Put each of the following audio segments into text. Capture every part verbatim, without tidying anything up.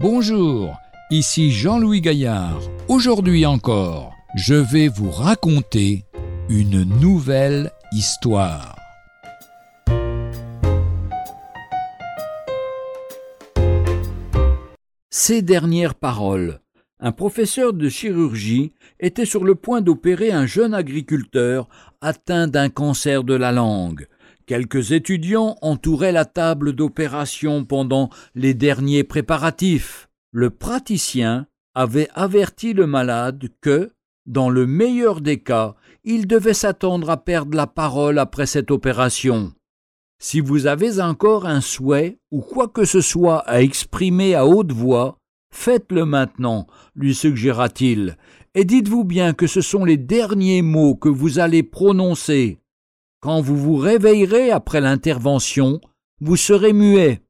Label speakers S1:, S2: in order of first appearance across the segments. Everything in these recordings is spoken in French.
S1: Bonjour, ici Jean-Louis Gaillard. Aujourd'hui encore, je vais vous raconter une nouvelle histoire. Ces dernières paroles. Un professeur de chirurgie était sur le point d'opérer un jeune agriculteur atteint d'un cancer de la langue. Quelques étudiants entouraient la table d'opération pendant les derniers préparatifs. Le praticien avait averti le malade que, dans le meilleur des cas, il devait s'attendre à perdre la parole après cette opération. Si vous avez encore un souhait ou quoi que ce soit à exprimer à haute voix, faites-le maintenant, lui suggéra-t-il, et dites-vous bien que ce sont les derniers mots que vous allez prononcer. Quand vous vous réveillerez après l'intervention, vous serez muet.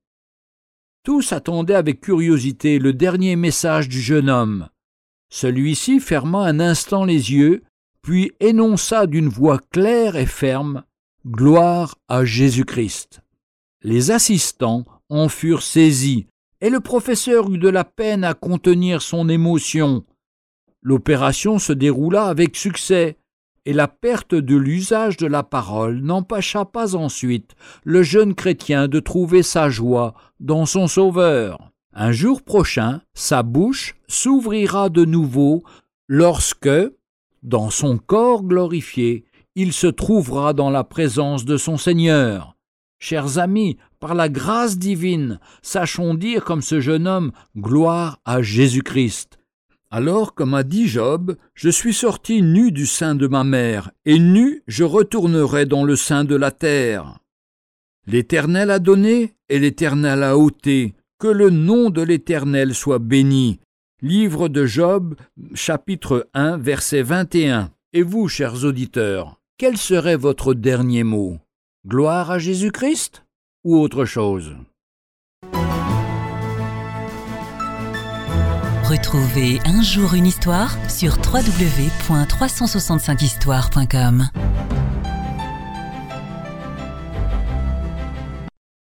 S1: Tous attendaient avec curiosité le dernier message du jeune homme. Celui-ci ferma un instant les yeux, puis énonça d'une voix claire et ferme « Gloire à Jésus-Christ ». Les assistants en furent saisis, et le professeur eut de la peine à contenir son émotion. L'opération se déroula avec succès, et la perte de l'usage de la parole n'empêcha pas ensuite le jeune chrétien de trouver sa joie dans son Sauveur. Un jour prochain, sa bouche s'ouvrira de nouveau lorsque, dans son corps glorifié, il se trouvera dans la présence de son Seigneur. Chers amis, par la grâce divine, sachons dire comme ce jeune homme « Gloire à Jésus-Christ ». Alors, comme a dit Job, je suis sorti nu du sein de ma mère, et nu je retournerai dans le sein de la terre. L'Éternel a donné, et l'Éternel a ôté, que le nom de l'Éternel soit béni. Livre de Job, chapitre un, verset vingt et un. Et vous, chers auditeurs, quel serait votre dernier mot? Gloire à Jésus-Christ ou autre chose?
S2: Retrouvez Un jour une histoire sur w w w point trois cent soixante-cinq histoire point com.